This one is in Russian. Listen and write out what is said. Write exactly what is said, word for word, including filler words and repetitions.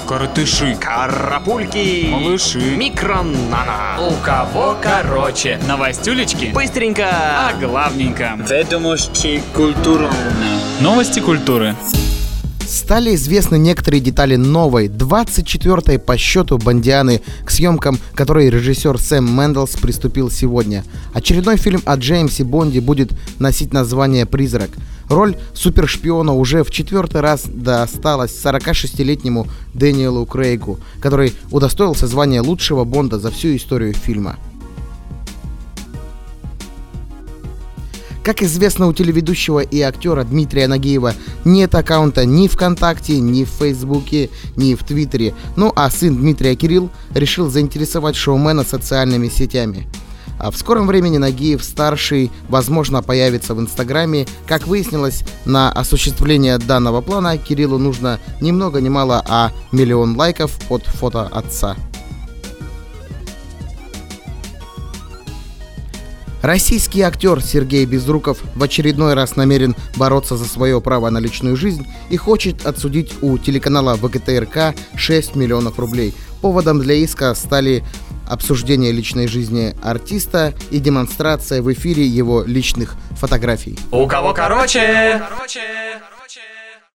Коротыши. Карапульки. Малыши. Микронана. У кого короче. Новостюлечки. Быстренько. А главненько. Ведомости культуры. Новости культуры. Стали известны некоторые детали новой, двадцать четвёртой по счету «Бондианы», к съемкам которой режиссер Сэм Менделс приступил сегодня. Очередной фильм о Джеймсе Бонде будет носить название «Призрак». Роль супершпиона уже в четвертый раз досталась сорокашестилетнему Дэниелу Крейгу, который удостоился звания лучшего Бонда за всю историю фильма. Как известно, у телеведущего и актера Дмитрия Нагиева нет аккаунта ни ВКонтакте, ни в Фейсбуке, ни в Твиттере. Ну а сын Дмитрия, Кирилл, решил заинтересовать шоумена социальными сетями. А в скором времени Нагиев-старший, возможно, появится в Инстаграме. Как выяснилось, на осуществление данного плана Кириллу нужно ни много ни мало, а миллион лайков от фото отца. Российский актер Сергей Безруков в очередной раз намерен бороться за свое право на личную жизнь и хочет отсудить у телеканала вэ гэ тэ эр ка шесть миллионов рублей. Поводом для иска стали обсуждение личной жизни артиста и демонстрация в эфире его личных фотографий. У кого короче? короче.